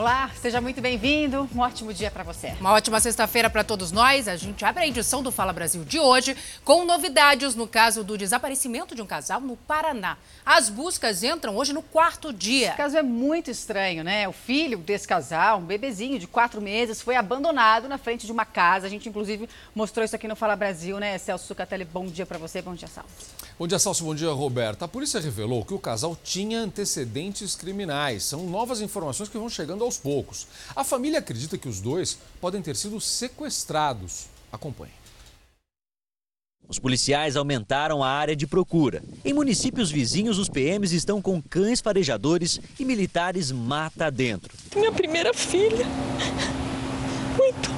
Olá, seja muito bem-vindo. Um ótimo dia para você. Uma ótima sexta-feira para todos nós. A gente abre a edição do Fala Brasil de hoje com novidades no caso do desaparecimento de um casal no Paraná. As buscas entram hoje no 4º dia. Esse caso é muito estranho, né? O filho desse casal, um bebezinho de 4 meses, foi abandonado na frente de uma casa. A gente, inclusive, mostrou isso aqui no Fala Brasil, né? Celso Sucatelli, bom dia para você. Bom dia, Celso. Bom dia, Celso. Bom dia, Roberta. A polícia revelou que o casal tinha antecedentes criminais. São novas informações que vão chegando aos poucos. A família acredita que os dois podem ter sido sequestrados. Acompanhe. Os policiais aumentaram a área de procura. Em municípios vizinhos, os PMs estão com cães farejadores e militares mata dentro. Minha primeira filha. Muito.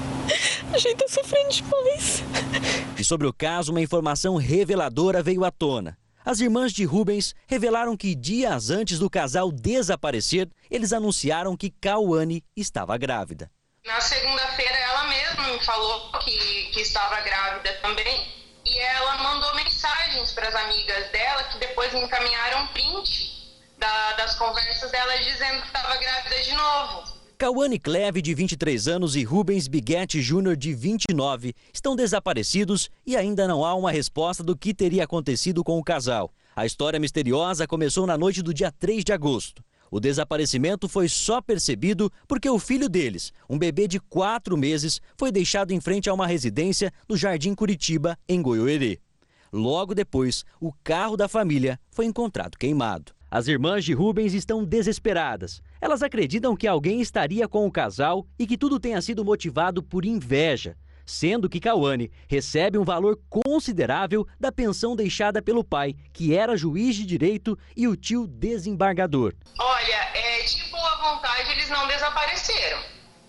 A gente está sofrendo demais. E sobre o caso, uma informação reveladora veio à tona. As irmãs de Rubens revelaram que dias antes do casal desaparecer, eles anunciaram que Cauane estava grávida. Na segunda-feira ela mesma me falou que estava grávida também e ela mandou mensagens para as amigas dela que depois me encaminharam print das conversas dela dizendo que estava grávida de novo. Cauane Cleve, de 23 anos, e Rubens Biguete Júnior, de 29, estão desaparecidos e ainda não há uma resposta do que teria acontecido com o casal. A história misteriosa começou na noite do dia 3 de agosto. O desaparecimento foi só percebido porque o filho deles, um bebê de 4 meses, foi deixado em frente a uma residência no Jardim Curitiba, em Goiôerê. Logo depois, o carro da família foi encontrado queimado. As irmãs de Rubens estão desesperadas. Elas acreditam que alguém estaria com o casal e que tudo tenha sido motivado por inveja, sendo que Cauane recebe um valor considerável da pensão deixada pelo pai, que era juiz de direito, e o tio desembargador. Olha, de boa vontade eles não desapareceram.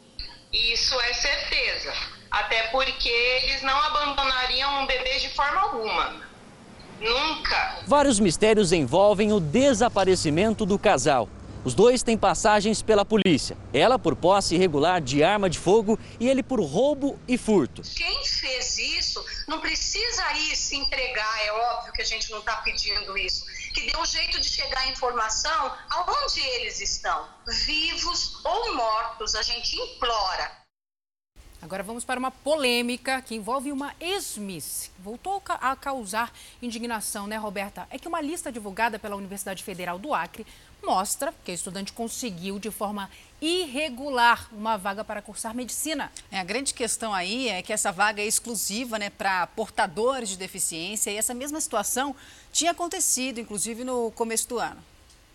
Isso é certeza. Até porque eles não abandonariam um bebê de forma alguma. Nunca. Vários mistérios envolvem o desaparecimento do casal. Os dois têm passagens pela polícia. Ela por posse irregular de arma de fogo e ele por roubo e furto. Quem fez isso não precisa ir se entregar, é óbvio que a gente não está pedindo isso. Que dê um jeito de chegar a informação aonde eles estão, vivos ou mortos, a gente implora. Agora vamos para uma polêmica que envolve uma ex-miss. Voltou a causar indignação, né, Roberta? É que uma lista divulgada pela Universidade Federal do Acre mostra que a estudante conseguiu de forma irregular uma vaga para cursar medicina. A grande questão aí é que essa vaga é exclusiva, né, para portadores de deficiência, e essa mesma situação tinha acontecido, inclusive, no começo do ano.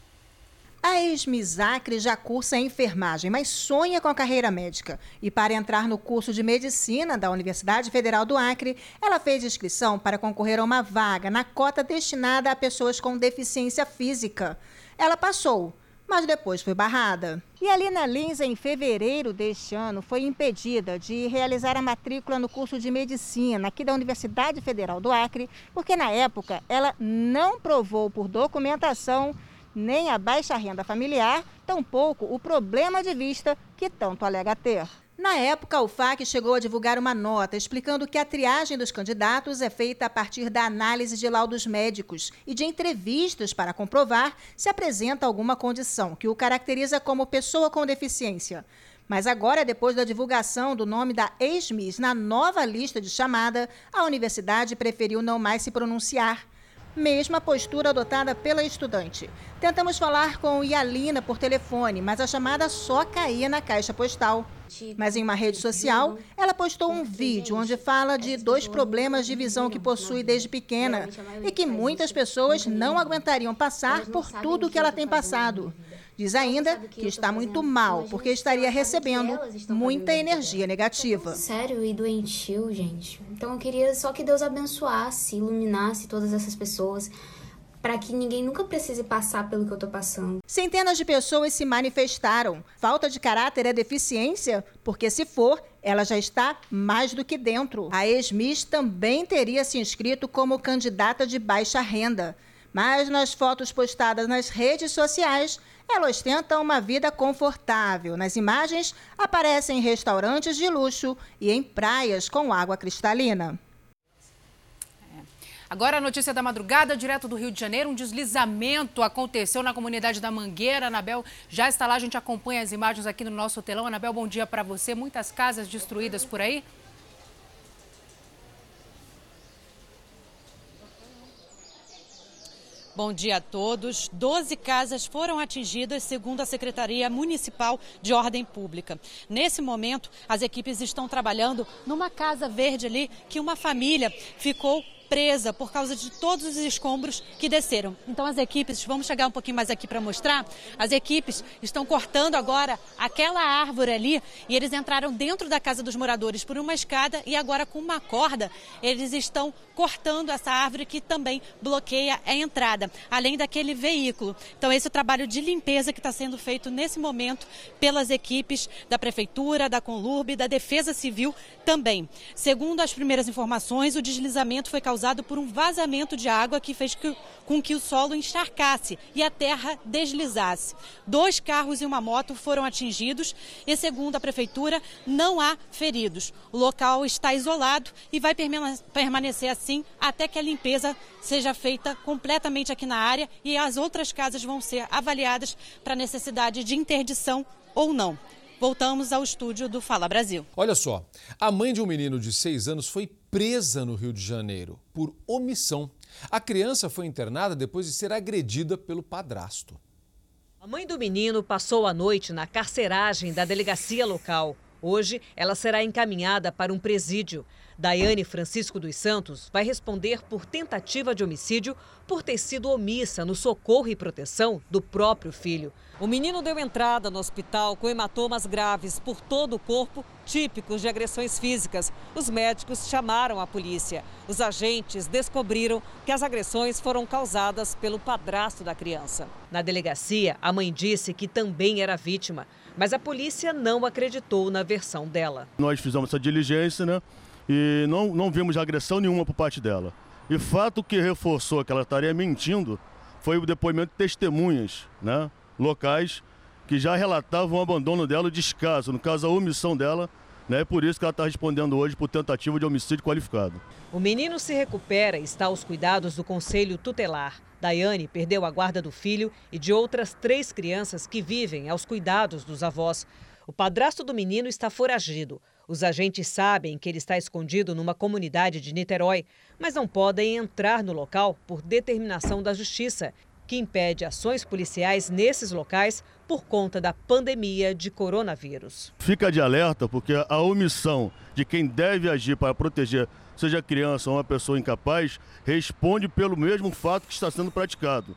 A ex-miss Acre já cursa enfermagem, mas sonha com a carreira médica. E para entrar no curso de medicina da Universidade Federal do Acre, ela fez inscrição para concorrer a uma vaga na cota destinada a pessoas com deficiência física. Ela passou, mas depois foi barrada. E a Lina Lins, em fevereiro deste ano, foi impedida de realizar a matrícula no curso de medicina aqui da Universidade Federal do Acre, porque na época ela não provou por documentação nem a baixa renda familiar, tampouco o problema de vista que tanto alega ter. Na época, a UFAC chegou a divulgar uma nota explicando que a triagem dos candidatos é feita a partir da análise de laudos médicos e de entrevistas para comprovar se apresenta alguma condição que o caracteriza como pessoa com deficiência. Mas agora, depois da divulgação do nome da ex-miss na nova lista de chamada, a universidade preferiu não mais se pronunciar. Mesma postura adotada pela estudante. Tentamos falar com Yalina por telefone, mas a chamada só caía na caixa postal. Mas em uma rede social, ela postou um vídeo onde fala de 2 problemas de visão que possui desde pequena e que muitas pessoas não aguentariam passar por tudo que ela tem passado. Diz ainda que está muito mal, porque estaria recebendo muita energia negativa. Sério e doentio, gente. Então eu queria só que Deus abençoasse, iluminasse todas essas pessoas, para que ninguém nunca precise passar pelo que eu estou passando. Centenas de pessoas se manifestaram. Falta de caráter é deficiência? Porque se for, ela já está mais do que dentro. A ex-miss também teria se inscrito como candidata de baixa renda. Mas nas fotos postadas nas redes sociais, ela ostenta uma vida confortável. Nas imagens, aparecem em restaurantes de luxo e em praias com água cristalina. Agora a notícia da madrugada, direto do Rio de Janeiro. Um deslizamento aconteceu na comunidade da Mangueira. A Anabel já está lá, a gente acompanha as imagens aqui no nosso telão. Anabel, bom dia para você. Muitas casas destruídas por aí? Bom dia a todos. 12 casas foram atingidas, segundo a Secretaria Municipal de Ordem Pública. Nesse momento, as equipes estão trabalhando numa casa verde ali que uma família ficou presa por causa de todos os escombros que desceram. Então as equipes, vamos chegar um pouquinho mais aqui para mostrar, as equipes estão cortando agora aquela árvore ali e eles entraram dentro da casa dos moradores por uma escada e agora com uma corda eles estão cortando essa árvore que também bloqueia a entrada, além daquele veículo. Então esse é o trabalho de limpeza que está sendo feito nesse momento pelas equipes da Prefeitura, da Conlurb, da Defesa Civil também. Segundo as primeiras informações, o deslizamento foi causado por um vazamento de água que fez com que o solo encharcasse e a terra deslizasse. 2 carros e uma moto foram atingidos e, segundo a Prefeitura, não há feridos. O local está isolado e vai permanecer assim até que a limpeza seja feita completamente aqui na área e as outras casas vão ser avaliadas para necessidade de interdição ou não. Voltamos ao estúdio do Fala Brasil. Olha só, a mãe de um menino de 6 anos foi presa no Rio de Janeiro por omissão. A criança foi internada depois de ser agredida pelo padrasto. A mãe do menino passou a noite na carceragem da delegacia local. Hoje, ela será encaminhada para um presídio. Daiane Francisco dos Santos vai responder por tentativa de homicídio por ter sido omissa no socorro e proteção do próprio filho. O menino deu entrada no hospital com hematomas graves por todo o corpo, típicos de agressões físicas. Os médicos chamaram a polícia. Os agentes descobriram que as agressões foram causadas pelo padrasto da criança. Na delegacia, a mãe disse que também era vítima, mas a polícia não acreditou na versão dela. Nós fizemos essa diligência, né? E não vimos agressão nenhuma por parte dela. E fato que reforçou que ela estaria mentindo foi o depoimento de testemunhas, né, locais que já relatavam o abandono dela, o descaso, no caso a omissão dela, né, por isso que ela está respondendo hoje por tentativa de homicídio qualificado. O menino se recupera e está aos cuidados do Conselho Tutelar. Daiane perdeu a guarda do filho e de outras 3 crianças que vivem aos cuidados dos avós. O padrasto do menino está foragido. Os agentes sabem que ele está escondido numa comunidade de Niterói, mas não podem entrar no local por determinação da Justiça, que impede ações policiais nesses locais por conta da pandemia de coronavírus. Fica de alerta porque a omissão de quem deve agir para proteger, seja criança ou uma pessoa incapaz, responde pelo mesmo fato que está sendo praticado.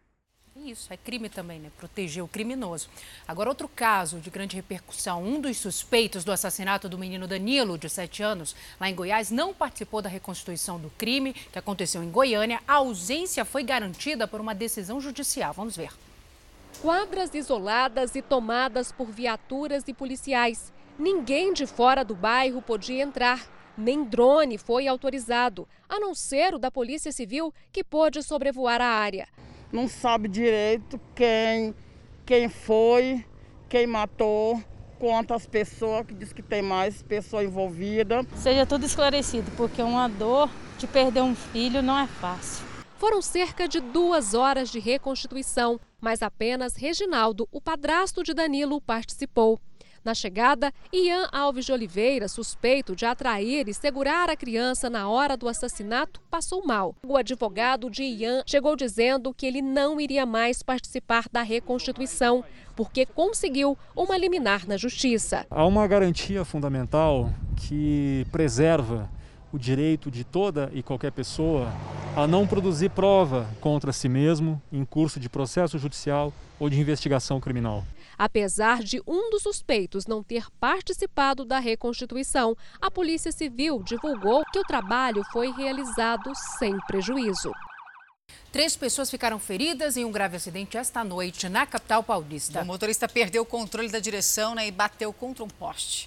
Isso, é crime também, né? Proteger o criminoso. Agora, outro caso de grande repercussão. Um dos suspeitos do assassinato do menino Danilo, de 7 anos, lá em Goiás, não participou da reconstituição do crime que aconteceu em Goiânia. A ausência foi garantida por uma decisão judicial. Vamos ver. Quadras isoladas e tomadas por viaturas e policiais. Ninguém de fora do bairro podia entrar. Nem drone foi autorizado, a não ser o da Polícia Civil, que pôde sobrevoar a área. Não sabe direito quem foi, quem matou, quantas pessoas, que diz que tem mais pessoa envolvida. Seja tudo esclarecido, porque uma dor de perder um filho não é fácil. Foram cerca de 2 horas de reconstituição, mas apenas Reginaldo, o padrasto de Danilo, participou. Na chegada, Ian Alves de Oliveira, suspeito de atrair e segurar a criança na hora do assassinato, passou mal. O advogado de Ian chegou dizendo que ele não iria mais participar da reconstituição, porque conseguiu uma liminar na justiça. Há uma garantia fundamental que preserva o direito de toda e qualquer pessoa a não produzir prova contra si mesmo em curso de processo judicial ou de investigação criminal. Apesar de um dos suspeitos não ter participado da reconstituição, a Polícia Civil divulgou que o trabalho foi realizado sem prejuízo. 3 pessoas ficaram feridas em um grave acidente esta noite na capital paulista. O motorista perdeu o controle da direção, né, e bateu contra um poste.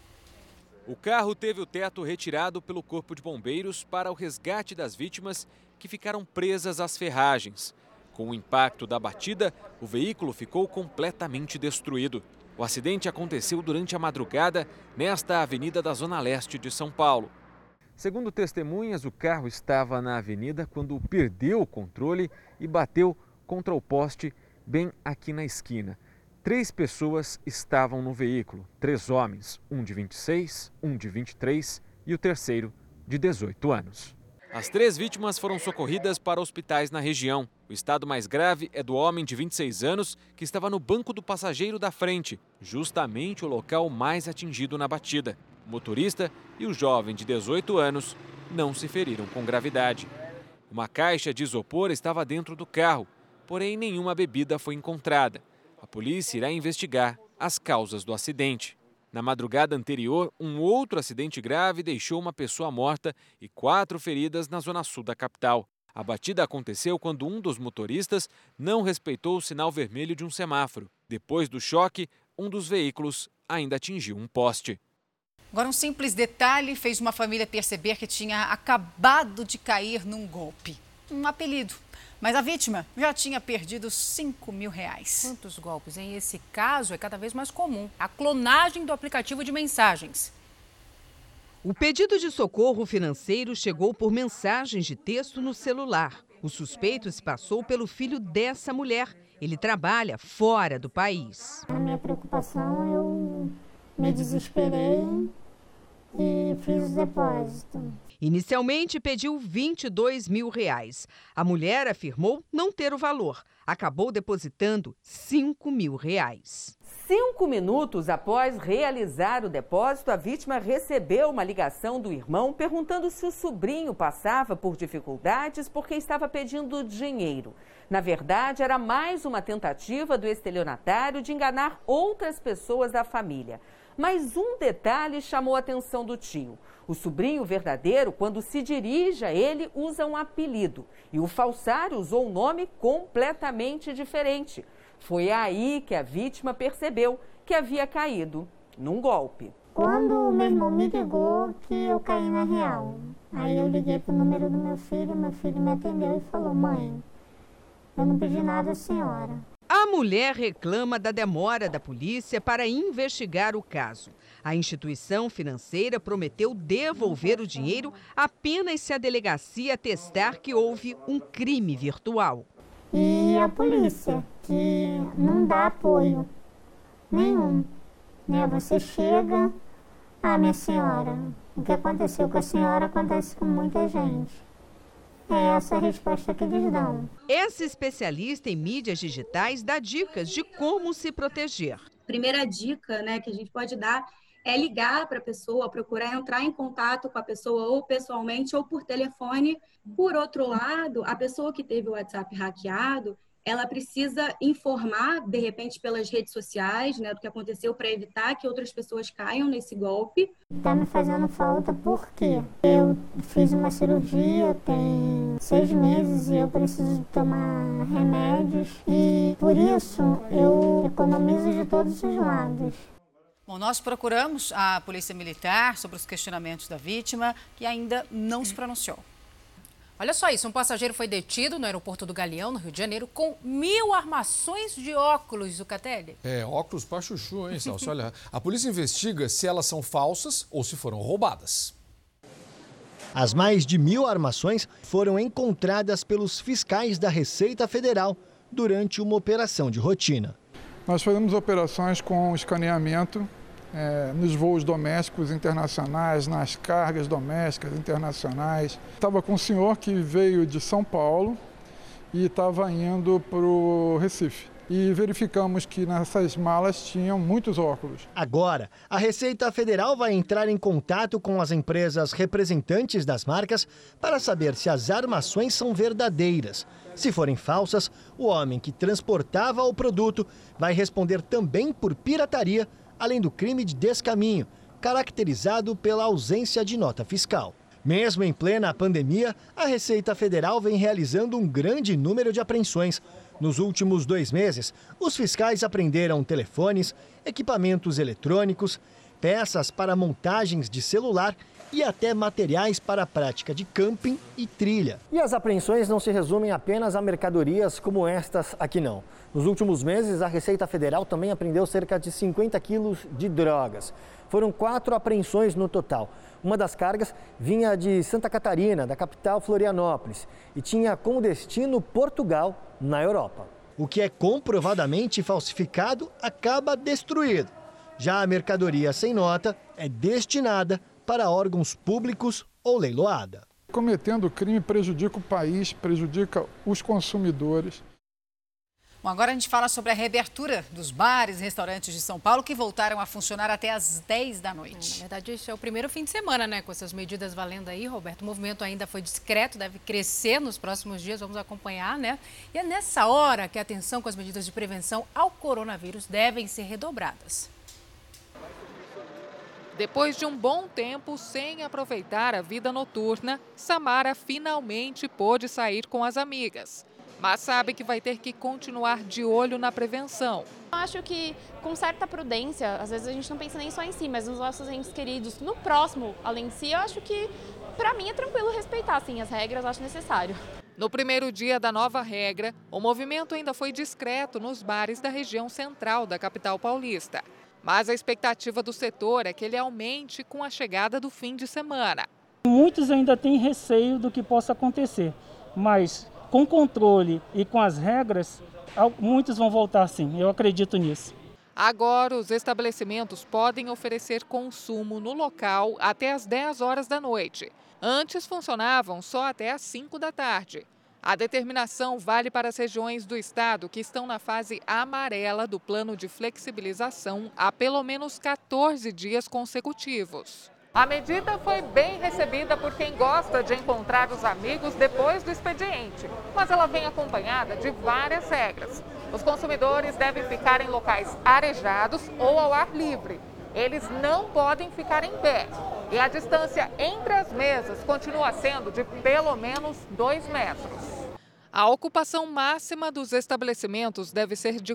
O carro teve o teto retirado pelo Corpo de Bombeiros para o resgate das vítimas que ficaram presas às ferragens. Com o impacto da batida, o veículo ficou completamente destruído. O acidente aconteceu durante a madrugada nesta avenida da Zona Leste de São Paulo. Segundo testemunhas, o carro estava na avenida quando perdeu o controle e bateu contra o poste bem aqui na esquina. 3 pessoas estavam no veículo, 3 homens, um de 26, um de 23 e o terceiro de 18 anos. As 3 vítimas foram socorridas para hospitais na região. O estado mais grave é do homem de 26 anos que estava no banco do passageiro da frente, justamente o local mais atingido na batida. O motorista e o jovem de 18 anos não se feriram com gravidade. Uma caixa de isopor estava dentro do carro, porém nenhuma bebida foi encontrada. A polícia irá investigar as causas do acidente. Na madrugada anterior, um outro acidente grave deixou uma pessoa morta e 4 feridas na zona sul da capital. A batida aconteceu quando um dos motoristas não respeitou o sinal vermelho de um semáforo. Depois do choque, um dos veículos ainda atingiu um poste. Agora, um simples detalhe fez uma família perceber que tinha acabado de cair num golpe. Um apelido. Mas a vítima já tinha perdido R$5.000. Quantos golpes? Em esse caso, é cada vez mais comum a clonagem do aplicativo de mensagens. O pedido de socorro financeiro chegou por mensagens de texto no celular. O suspeito se passou pelo filho dessa mulher. Ele trabalha fora do país. A minha preocupação, eu me desesperei e fiz o depósito. Inicialmente pediu R$22.000. A mulher afirmou não ter o valor. Acabou depositando R$5.000. 5 minutos após realizar o depósito, a vítima recebeu uma ligação do irmão perguntando se o sobrinho passava por dificuldades porque estava pedindo dinheiro. Na verdade, era mais uma tentativa do estelionatário de enganar outras pessoas da família. Mas um detalhe chamou a atenção do tio. O sobrinho verdadeiro, quando se dirige a ele, usa um apelido. E o falsário usou um nome completamente diferente. Foi aí que a vítima percebeu que havia caído num golpe. Quando o meu irmão me ligou que eu caí na real, aí eu liguei para o número do meu filho me atendeu e falou: mãe, eu não pedi nada à senhora. A mulher reclama da demora da polícia para investigar o caso. A instituição financeira prometeu devolver o dinheiro apenas se a delegacia atestar que houve um crime virtual. E a polícia, que não dá apoio nenhum. Você chega, minha senhora, o que aconteceu com a senhora acontece com muita gente. É essa a resposta que eles dão. Essa especialista em mídias digitais dá dicas de como se proteger. Primeira dica, que a gente pode dar é ligar para a pessoa, procurar entrar em contato com a pessoa ou pessoalmente ou por telefone. Por outro lado, a pessoa que teve o WhatsApp hackeado, ela precisa informar, de repente, pelas redes sociais, do que aconteceu para evitar que outras pessoas caiam nesse golpe. Está me fazendo falta porque eu fiz uma cirurgia tem 6 meses e eu preciso tomar remédios e, por isso, eu economizo de todos os lados. Bom, nós procuramos a Polícia Militar sobre os questionamentos da vítima, que ainda não se pronunciou. Olha só isso, um passageiro foi detido no aeroporto do Galeão, no Rio de Janeiro, com 1.000 armações de óculos, Zucatelli. Óculos pra chuchu, hein, Salso? Olha, a polícia investiga se elas são falsas ou se foram roubadas. As mais de 1.000 armações foram encontradas pelos fiscais da Receita Federal durante uma operação de rotina. Nós fazemos operações com escaneamento nos voos domésticos internacionais, nas cargas domésticas internacionais. Estava com um senhor que veio de São Paulo e estava indo para o Recife. E verificamos que nessas malas tinham muitos óculos. Agora, a Receita Federal vai entrar em contato com as empresas representantes das marcas para saber se as armações são verdadeiras. Se forem falsas, o homem que transportava o produto vai responder também por pirataria, além do crime de descaminho, caracterizado pela ausência de nota fiscal. Mesmo em plena pandemia, a Receita Federal vem realizando um grande número de apreensões. Nos últimos 2 meses, os fiscais apreenderam telefones, equipamentos eletrônicos, peças para montagens de celular e até materiais para a prática de camping e trilha. E as apreensões não se resumem apenas a mercadorias como estas aqui não. Nos últimos meses, a Receita Federal também apreendeu cerca de 50 quilos de drogas. Foram 4 apreensões no total. Uma das cargas vinha de Santa Catarina, da capital Florianópolis, e tinha como destino Portugal, na Europa. O que é comprovadamente falsificado acaba destruído. Já a mercadoria sem nota é destinada para órgãos públicos ou leiloada. Cometendo crime prejudica o país, prejudica os consumidores. Bom, agora a gente fala sobre a reabertura dos bares e restaurantes de São Paulo que voltaram a funcionar até às 10 da noite. Na verdade, esse é o primeiro fim de semana, né? Com essas medidas valendo aí, Roberto. O movimento ainda foi discreto, deve crescer nos próximos dias, vamos acompanhar, né? E é nessa hora que a atenção com as medidas de prevenção ao coronavírus devem ser redobradas. Depois de um bom tempo sem aproveitar a vida noturna, Samara finalmente pôde sair com as amigas. Mas sabe que vai ter que continuar de olho na prevenção. Eu acho que com certa prudência, às vezes a gente não pensa nem só em si, mas nos nossos entes queridos, no próximo, além de si, eu acho que para mim é tranquilo respeitar assim, as regras, eu acho necessário. No primeiro dia da nova regra, o movimento ainda foi discreto nos bares da região central da capital paulista. Mas a expectativa do setor é que ele aumente com a chegada do fim de semana. Muitos ainda têm receio do que possa acontecer, mas com controle e com as regras, muitos vão voltar sim, eu acredito nisso. Agora, os estabelecimentos podem oferecer consumo no local até às 10 horas da noite. Antes funcionavam só até às 5 da tarde. A determinação vale para as regiões do estado que estão na fase amarela do plano de flexibilização há pelo menos 14 dias consecutivos. A medida foi bem recebida por quem gosta de encontrar os amigos depois do expediente, mas ela vem acompanhada de várias regras. Os consumidores devem ficar em locais arejados ou ao ar livre. Eles não podem ficar em pé. E a distância entre as mesas continua sendo de pelo menos 2 metros. A ocupação máxima dos estabelecimentos deve ser de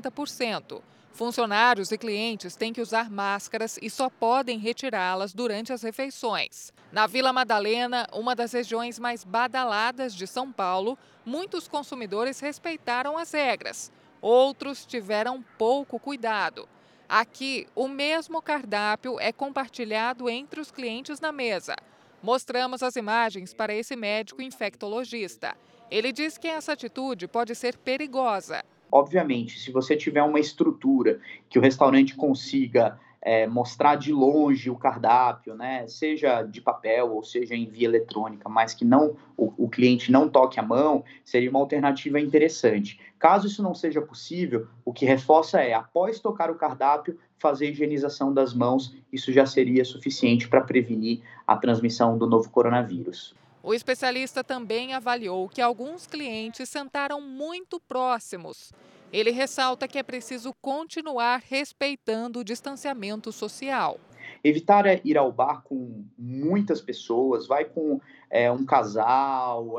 40%. Funcionários e clientes têm que usar máscaras e só podem retirá-las durante as refeições. Na Vila Madalena, uma das regiões mais badaladas de São Paulo, muitos consumidores respeitaram as regras. Outros tiveram pouco cuidado. Aqui, o mesmo cardápio é compartilhado entre os clientes na mesa. Mostramos as imagens para esse médico infectologista. Ele diz que essa atitude pode ser perigosa. Obviamente, se você tiver uma estrutura que o restaurante consiga mostrar de longe o cardápio, né, seja de papel ou seja em via eletrônica, mas que não o cliente não toque a mão, seria uma alternativa interessante. Caso isso não seja possível, o que reforça é, após tocar o cardápio, fazer a higienização das mãos. Isso já seria suficiente para prevenir a transmissão do novo coronavírus. O especialista também avaliou que alguns clientes sentaram muito próximos. Ele ressalta que é preciso continuar respeitando o distanciamento social. Evitar ir ao bar com muitas pessoas, vai com um casal,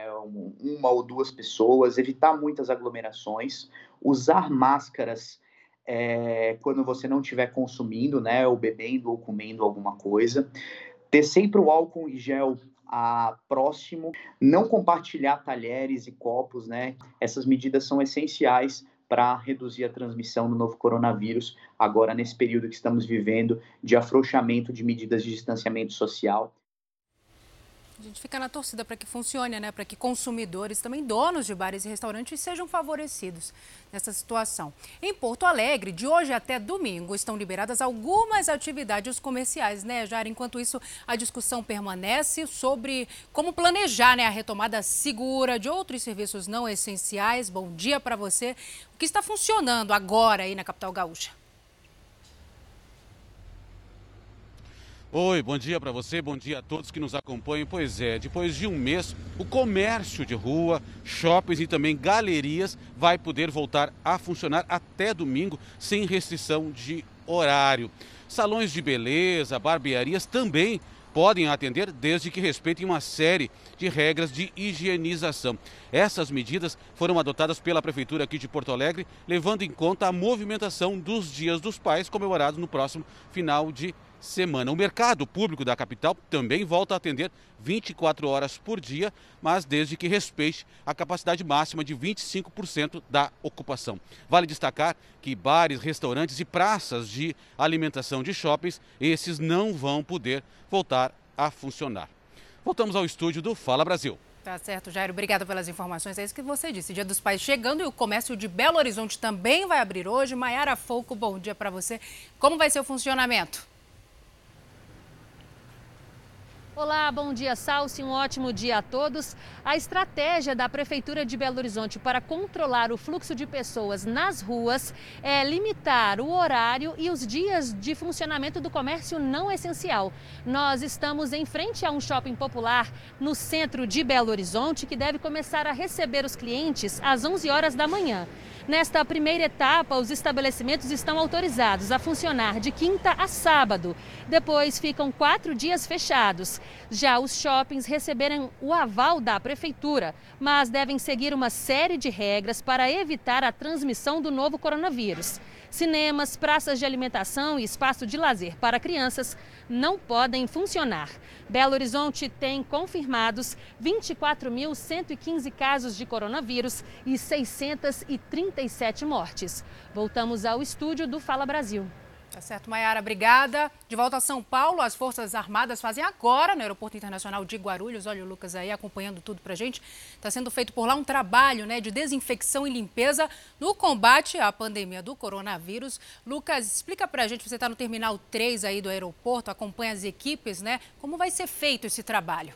uma ou duas pessoas, evitar muitas aglomerações, usar máscaras quando você não estiver consumindo, né, ou bebendo ou comendo alguma coisa, ter sempre o álcool em gel próximo, não compartilhar talheres e copos, né? Essas medidas são essenciais para reduzir a transmissão do novo coronavírus, agora nesse período que estamos vivendo de afrouxamento de medidas de distanciamento social. A gente fica na torcida para que funcione, né? Para que consumidores, também donos de bares e restaurantes, sejam favorecidos nessa situação. Em Porto Alegre, de hoje até domingo, estão liberadas algumas atividades comerciais, né, Jair? Enquanto isso, a discussão permanece sobre como planejar, né, a retomada segura de outros serviços não essenciais. Bom dia para você. O que está funcionando agora aí na capital gaúcha? Oi, bom dia para você, bom dia a todos que nos acompanham. Pois é, depois de um mês, o comércio de rua, shoppings e também galerias vai poder voltar a funcionar até domingo sem restrição de horário. Salões de beleza, barbearias também podem atender desde que respeitem uma série de regras de higienização. Essas medidas foram adotadas pela Prefeitura aqui de Porto Alegre, levando em conta a movimentação dos Dias dos Pais comemorados no próximo final de semana. O mercado público da capital também volta a atender 24 horas por dia, mas desde que respeite a capacidade máxima de 25% da ocupação. Vale destacar que bares, restaurantes e praças de alimentação de shoppings, esses não vão poder voltar a funcionar. Voltamos ao estúdio do Fala Brasil. Tá certo, Jairo. Obrigada pelas informações. É isso que você disse. Dia dos Pais chegando e o comércio de Belo Horizonte também vai abrir hoje. Maiara Folco, bom dia para você. Como vai ser o funcionamento? Olá, bom dia, Salsi, um ótimo dia a todos. A estratégia da Prefeitura de Belo Horizonte para controlar o fluxo de pessoas nas ruas é limitar o horário e os dias de funcionamento do comércio não essencial. Nós estamos em frente a um shopping popular no centro de Belo Horizonte que deve começar a receber os clientes às 11 horas da manhã. Nesta primeira etapa, os estabelecimentos estão autorizados a funcionar de quinta a sábado. Depois ficam 4 dias fechados. Já os shoppings receberam o aval da Prefeitura, mas devem seguir uma série de regras para evitar a transmissão do novo coronavírus. Cinemas, praças de alimentação e espaço de lazer para crianças não podem funcionar. Belo Horizonte tem confirmados 24.115 casos de coronavírus e 637 mortes. Voltamos ao estúdio do Fala Brasil. Tá certo, Maiara, obrigada. De volta a São Paulo, as Forças Armadas fazem agora no Aeroporto Internacional de Guarulhos. Olha o Lucas aí acompanhando tudo pra gente. Está sendo feito por lá um trabalho, de desinfecção e limpeza no combate à pandemia do coronavírus. Lucas, explica pra gente, você está no Terminal 3 aí do aeroporto, acompanha as equipes, como vai ser feito esse trabalho?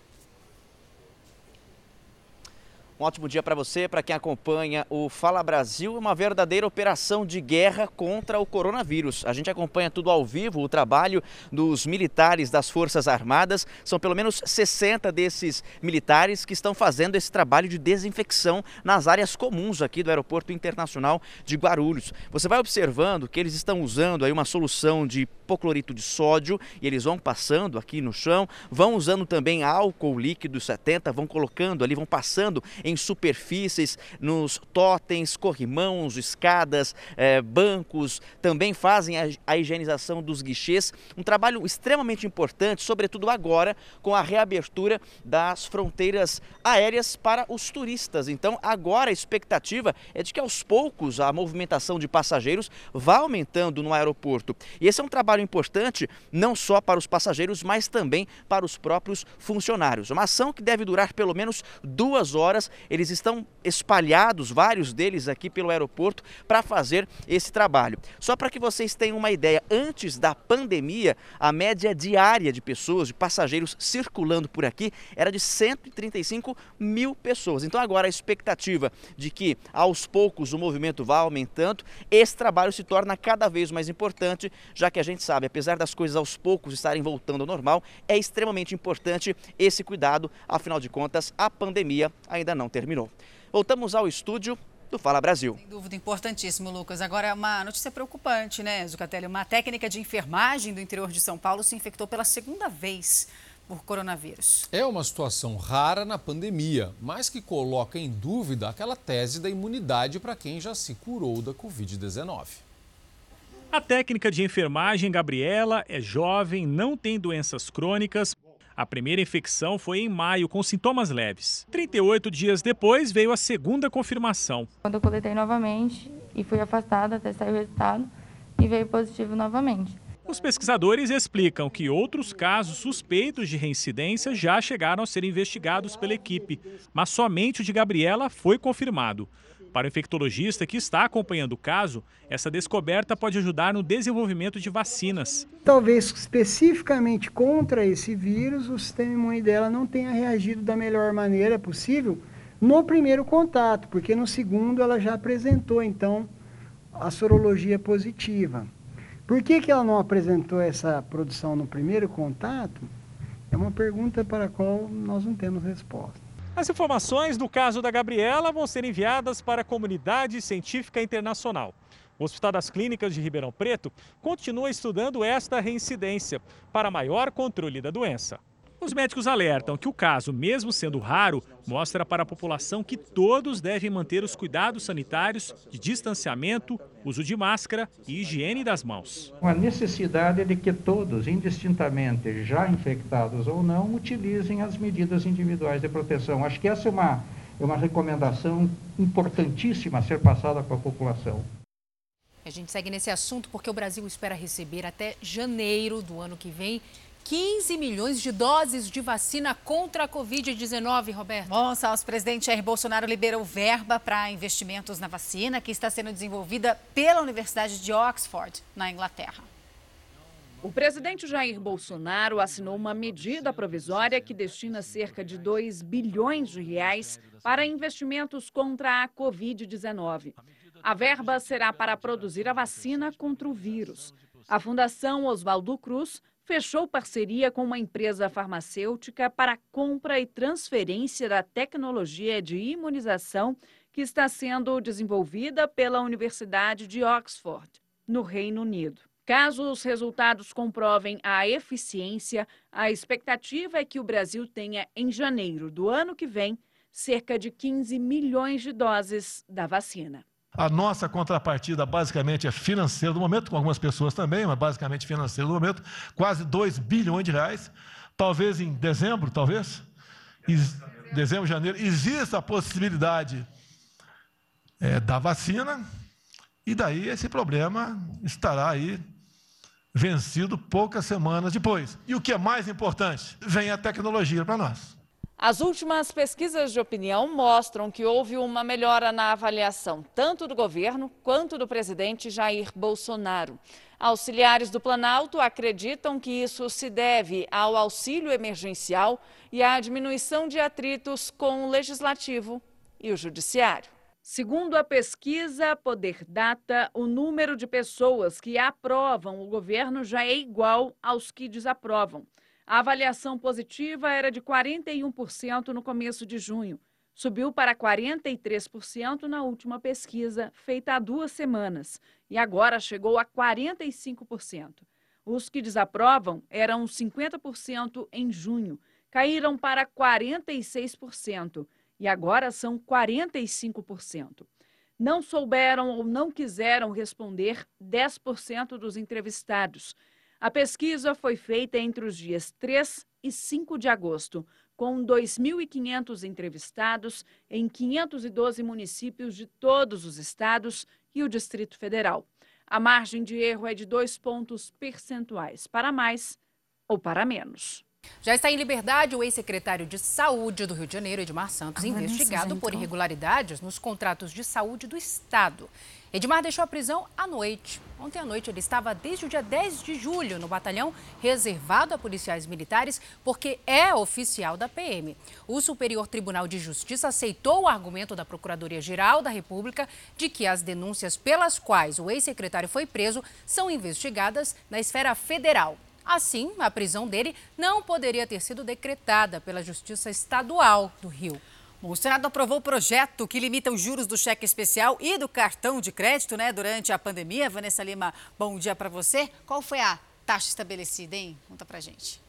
Um ótimo dia para você, para quem acompanha o Fala Brasil, uma verdadeira operação de guerra contra o coronavírus. A gente acompanha tudo ao vivo, o trabalho dos militares das Forças Armadas. São pelo menos 60 desses militares que estão fazendo esse trabalho de desinfecção nas áreas comuns aqui do Aeroporto Internacional de Guarulhos. Você vai observando que eles estão usando aí uma solução de hipoclorito de sódio e eles vão passando aqui no chão, vão usando também álcool líquido 70, vão colocando ali, vão passando em superfícies, nos totens, corrimãos, escadas, bancos, também fazem a higienização dos guichês. Um trabalho extremamente importante, sobretudo agora com a reabertura das fronteiras aéreas para os turistas. Então agora a expectativa é de que aos poucos a movimentação de passageiros vá aumentando no aeroporto. E esse é um trabalho importante não só para os passageiros, mas também para os próprios funcionários. Uma ação que deve durar pelo menos 2 horas. Eles estão espalhados, vários deles aqui pelo aeroporto, para fazer esse trabalho. Só para que vocês tenham uma ideia, antes da pandemia, a média diária de pessoas, de passageiros circulando por aqui, era de 135 mil pessoas. Então agora a expectativa de que aos poucos o movimento vá aumentando, esse trabalho se torna cada vez mais importante, já que a gente sabe, apesar das coisas aos poucos estarem voltando ao normal, é extremamente importante esse cuidado, afinal de contas, a pandemia ainda não terminou. Voltamos ao estúdio do Fala Brasil. Sem dúvida, importantíssimo, Lucas. Agora, uma notícia preocupante, Zucatelli? Uma técnica de enfermagem do interior de São Paulo se infectou pela 2ª vez por coronavírus. É uma situação rara na pandemia, mas que coloca em dúvida aquela tese da imunidade para quem já se curou da Covid-19. A técnica de enfermagem Gabriela é jovem, não tem doenças crônicas. A primeira infecção foi em maio, com sintomas leves. 38 dias depois veio a segunda confirmação. Quando eu coletei novamente e fui afastada até sair o resultado e veio positivo novamente. Os pesquisadores explicam que outros casos suspeitos de reincidência já chegaram a ser investigados pela equipe, mas somente o de Gabriela foi confirmado. Para o infectologista que está acompanhando o caso, essa descoberta pode ajudar no desenvolvimento de vacinas. Talvez especificamente contra esse vírus, o sistema imune dela não tenha reagido da melhor maneira possível no primeiro contato, porque no segundo ela já apresentou, então, a sorologia positiva. Por que ela não apresentou essa produção no primeiro contato? É uma pergunta para a qual nós não temos resposta. As informações do caso da Gabriela vão ser enviadas para a comunidade científica internacional. O Hospital das Clínicas de Ribeirão Preto continua estudando esta reincidência para maior controle da doença. Os médicos alertam que o caso, mesmo sendo raro, mostra para a população que todos devem manter os cuidados sanitários de distanciamento, uso de máscara e higiene das mãos. A necessidade é de que todos, indistintamente, já infectados ou não, utilizem as medidas individuais de proteção. Acho que essa é uma recomendação importantíssima a ser passada para a população. A gente segue nesse assunto porque o Brasil espera receber até janeiro do ano que vem 15 milhões de doses de vacina contra a Covid-19, Roberto. Bom, Salso, o presidente Jair Bolsonaro liberou verba para investimentos na vacina que está sendo desenvolvida pela Universidade de Oxford, na Inglaterra. O presidente Jair Bolsonaro assinou uma medida provisória que destina cerca de 2 bilhões de reais para investimentos contra a Covid-19. A verba será para produzir a vacina contra o vírus. A Fundação Oswaldo Cruz fechou parceria com uma empresa farmacêutica para a compra e transferência da tecnologia de imunização que está sendo desenvolvida pela Universidade de Oxford, no Reino Unido. Caso os resultados comprovem a eficiência, a expectativa é que o Brasil tenha, em janeiro do ano que vem, cerca de 15 milhões de doses da vacina. A nossa contrapartida basicamente é financeira do momento, com algumas pessoas também, mas basicamente financeira do momento, quase 2 bilhões de reais. Talvez em dezembro, dezembro, janeiro, exista a possibilidade da vacina, e daí esse problema estará aí vencido poucas semanas depois. E o que é mais importante, vem a tecnologia para nós. As últimas pesquisas de opinião mostram que houve uma melhora na avaliação tanto do governo quanto do presidente Jair Bolsonaro. Auxiliares do Planalto acreditam que isso se deve ao auxílio emergencial e à diminuição de atritos com o Legislativo e o Judiciário. Segundo a pesquisa Poder Data, o número de pessoas que aprovam o governo já é igual aos que desaprovam. A avaliação positiva era de 41% no começo de junho. Subiu para 43% na última pesquisa, feita há 2 semanas. E agora chegou a 45%. Os que desaprovam eram 50% em junho. Caíram para 46%. E agora são 45%. Não souberam ou não quiseram responder 10% dos entrevistados. A pesquisa foi feita entre os dias 3 e 5 de agosto, com 2.500 entrevistados em 512 municípios de todos os estados e o Distrito Federal. A margem de erro é de 2 pontos percentuais, para mais ou para menos. Já está em liberdade o ex-secretário de Saúde do Rio de Janeiro, Edmar Santos, investigado por irregularidades nos contratos de saúde do Estado. Edmar deixou a prisão à noite. Ontem à noite ele estava desde o dia 10 de julho no batalhão reservado a policiais militares porque é oficial da PM. O Superior Tribunal de Justiça aceitou o argumento da Procuradoria-Geral da República de que as denúncias pelas quais o ex-secretário foi preso são investigadas na esfera federal. Assim, a prisão dele não poderia ter sido decretada pela Justiça Estadual do Rio. O Senado aprovou o projeto que limita os juros do cheque especial e do cartão de crédito, durante a pandemia. Vanessa Lima, bom dia para você. Qual foi a taxa estabelecida, hein? Conta pra gente.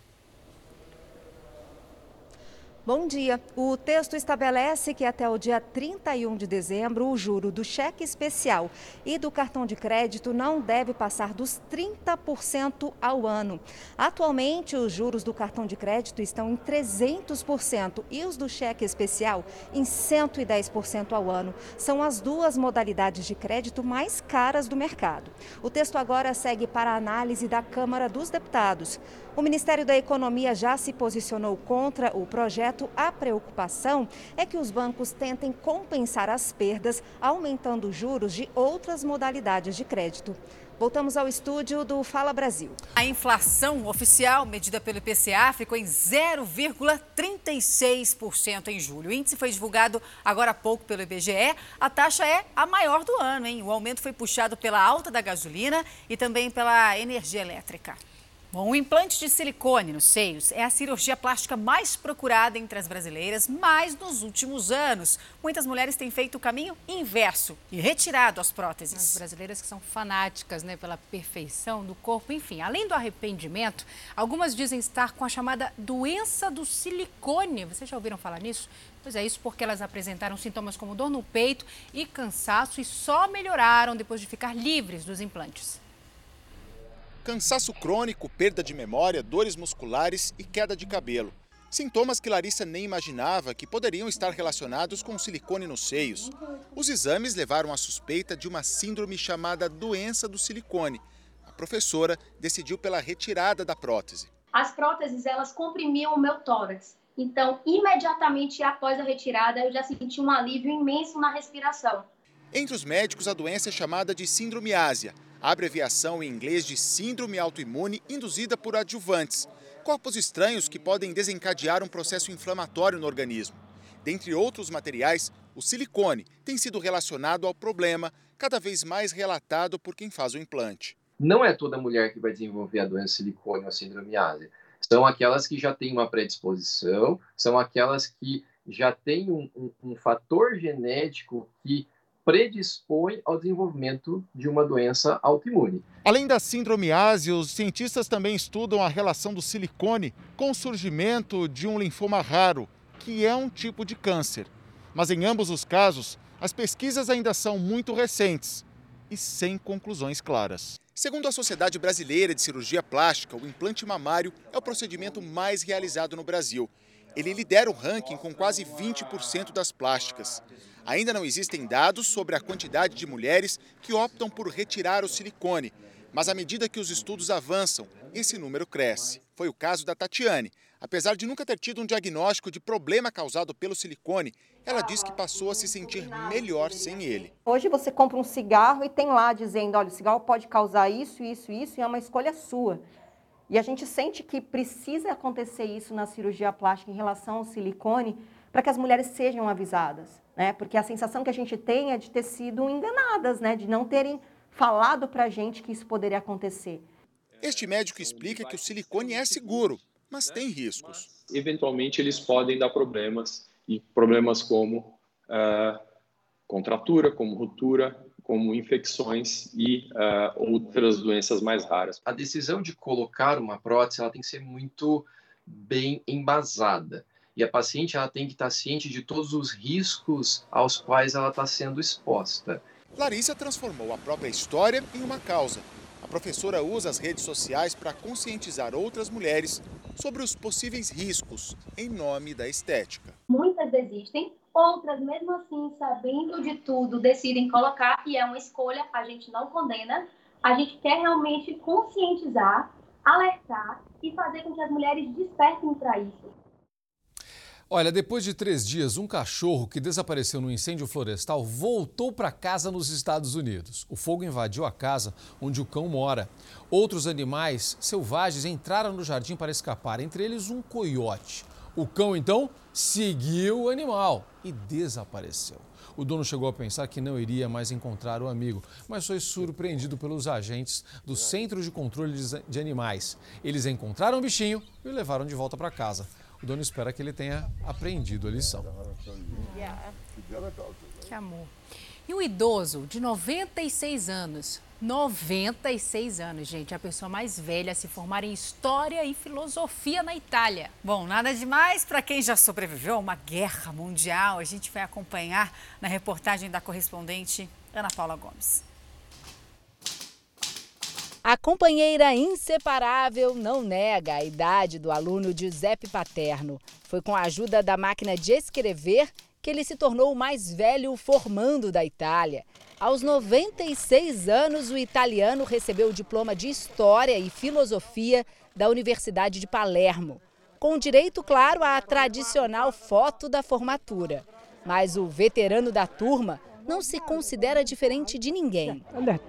Bom dia. O texto estabelece que até o dia 31 de dezembro, o juro do cheque especial e do cartão de crédito não deve passar dos 30% ao ano. Atualmente, os juros do cartão de crédito estão em 300% e os do cheque especial em 110% ao ano. São as 2 modalidades de crédito mais caras do mercado. O texto agora segue para a análise da Câmara dos Deputados. O Ministério da Economia já se posicionou contra o projeto. A preocupação é que os bancos tentem compensar as perdas, aumentando os juros de outras modalidades de crédito. Voltamos ao estúdio do Fala Brasil. A inflação oficial, medida pelo IPCA, ficou em 0,36% em julho. O índice foi divulgado agora há pouco pelo IBGE. A taxa é a maior do ano, hein? O aumento foi puxado pela alta da gasolina e também pela energia elétrica. Bom, o implante de silicone nos seios é a cirurgia plástica mais procurada entre as brasileiras, mas nos últimos anos. Muitas mulheres têm feito o caminho inverso e retirado as próteses. As brasileiras que são fanáticas, né, pela perfeição do corpo. Enfim, além do arrependimento, algumas dizem estar com a chamada doença do silicone. Vocês já ouviram falar nisso? Pois é, isso porque elas apresentaram sintomas como dor no peito e cansaço e só melhoraram depois de ficar livres dos implantes. Cansaço crônico, perda de memória, dores musculares e queda de cabelo. Sintomas que Larissa nem imaginava que poderiam estar relacionados com silicone nos seios. Os exames levaram à suspeita de uma síndrome chamada doença do silicone. A professora decidiu pela retirada da prótese. As próteses, elas comprimiam o meu tórax. Então, imediatamente após a retirada, eu já senti um alívio imenso na respiração. Entre os médicos, a doença é chamada de síndrome-ásia, a abreviação em inglês de síndrome autoimune induzida por adjuvantes, corpos estranhos que podem desencadear um processo inflamatório no organismo. Dentre outros materiais, o silicone tem sido relacionado ao problema, cada vez mais relatado por quem faz o implante. Não é toda mulher que vai desenvolver a doença silicone ou a síndrome-ásia. São aquelas que já têm uma predisposição, são aquelas que já têm um fator genético que predispõe ao desenvolvimento de uma doença autoimune. Além da síndrome-ásia, os cientistas também estudam a relação do silicone com o surgimento de um linfoma raro, que é um tipo de câncer. Mas em ambos os casos, as pesquisas ainda são muito recentes e sem conclusões claras. Segundo a Sociedade Brasileira de Cirurgia Plástica, o implante mamário é o procedimento mais realizado no Brasil. Ele lidera o ranking com quase 20% das plásticas. Ainda não existem dados sobre a quantidade de mulheres que optam por retirar o silicone, mas à medida que os estudos avançam, esse número cresce. Foi o caso da Tatiane. Apesar de nunca ter tido um diagnóstico de problema causado pelo silicone, ela diz que passou a se sentir melhor sem ele. Hoje você compra um cigarro e tem lá dizendo, olha, o cigarro pode causar isso, isso, isso, e é uma escolha sua. E a gente sente que precisa acontecer isso na cirurgia plástica em relação ao silicone para que as mulheres sejam avisadas, né? Porque a sensação que a gente tem é de ter sido enganadas, né? De não terem falado para a gente que isso poderia acontecer. Este médico explica que o silicone é seguro, mas tem riscos. Eventualmente eles podem dar problemas, e problemas como contratura, como ruptura, como infecções e outras doenças mais raras. A decisão de colocar uma prótese ela tem que ser muito bem embasada. E a paciente ela tem que estar ciente de todos os riscos aos quais ela está sendo exposta. Larissa transformou a própria história em uma causa. A professora usa as redes sociais para conscientizar outras mulheres sobre os possíveis riscos em nome da estética. Muitas desistem, outras, mesmo assim, sabendo de tudo, decidem colocar, e é uma escolha, a gente não condena. A gente quer realmente conscientizar, alertar e fazer com que as mulheres despertem para isso. Olha, depois de 3 dias, um cachorro que desapareceu no incêndio florestal voltou para casa nos Estados Unidos. O fogo invadiu a casa onde o cão mora. Outros animais selvagens entraram no jardim para escapar, entre eles um coiote. O cão, então, seguiu o animal e desapareceu. O dono chegou a pensar que não iria mais encontrar o amigo, mas foi surpreendido pelos agentes do Centro de Controle de Animais. Eles encontraram o bichinho e o levaram de volta para casa. O dono espera que ele tenha aprendido a lição. Que amor. E um idoso de 96 anos, 96 anos, gente, a pessoa mais velha a se formar em História e Filosofia na Itália. Bom, nada demais para quem já sobreviveu a uma guerra mundial. A gente vai acompanhar na reportagem da correspondente Ana Paula Gomes. A companheira inseparável não nega a idade do aluno Giuseppe Paterno. Foi com a ajuda da máquina de escrever que ele se tornou o mais velho formando da Itália. Aos 96 anos, o italiano recebeu o diploma de História e Filosofia da Universidade de Palermo, com direito, claro, à tradicional foto da formatura. Mas o veterano da turma não se considera diferente de ninguém.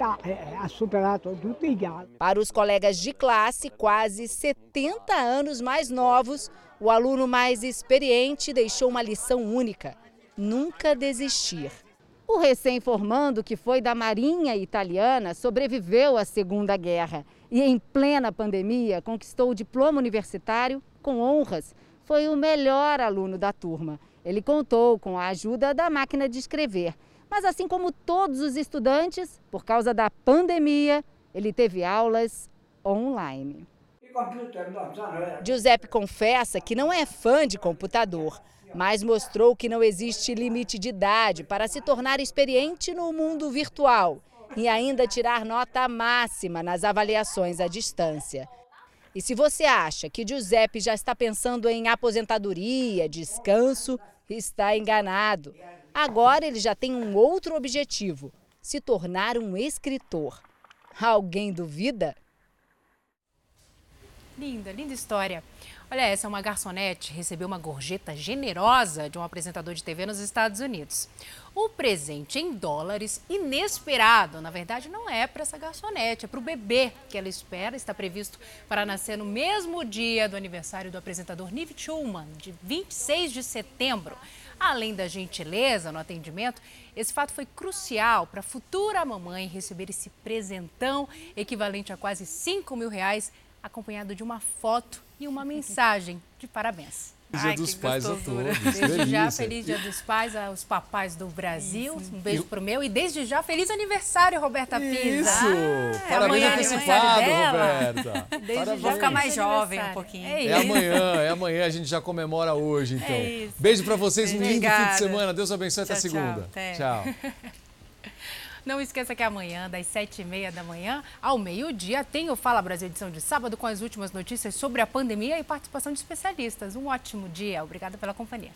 Para os colegas de classe, quase 70 anos mais novos, o aluno mais experiente deixou uma lição única: nunca desistir. O recém-formando, que foi da Marinha Italiana, sobreviveu à Segunda Guerra e, em plena pandemia, conquistou o diploma universitário com honras. Foi o melhor aluno da turma. Ele contou com a ajuda da máquina de escrever. Mas, assim como todos os estudantes, por causa da pandemia, ele teve aulas online. Giuseppe confessa que não é fã de computador, mas mostrou que não existe limite de idade para se tornar experiente no mundo virtual e ainda tirar nota máxima nas avaliações à distância. E se você acha que Giuseppe já está pensando em aposentadoria, descanso, está enganado. Agora ele já tem um outro objetivo: se tornar um escritor. Alguém duvida? Linda, linda história. Olha, essa é uma garçonete, recebeu uma gorjeta generosa de um apresentador de TV nos Estados Unidos. O presente em dólares, inesperado, na verdade não é para essa garçonete, é para o bebê que ela espera, está previsto para nascer no mesmo dia do aniversário do apresentador Nive Schulman, de 26 de setembro. Além da gentileza no atendimento, esse fato foi crucial para a futura mamãe receber esse presentão equivalente a quase R$5.000, acompanhado de uma foto e uma mensagem de parabéns. Dia dos Pais a todos. Desde já, feliz Dia dos Pais aos papais do Brasil. Um beijo pro meu. E desde já, feliz aniversário, Roberta Pisa. Isso! Parabéns antecipado, Roberta. Vou ficar mais jovem um pouquinho. É amanhã. A gente já comemora hoje, então. Beijo pra vocês, um lindo fim de semana. Deus abençoe até segunda. Tchau. Não esqueça que amanhã, das 7h30 da manhã ao meio-dia, tem o Fala Brasil edição de sábado com as últimas notícias sobre a pandemia e participação de especialistas. Um ótimo dia. Obrigada pela companhia.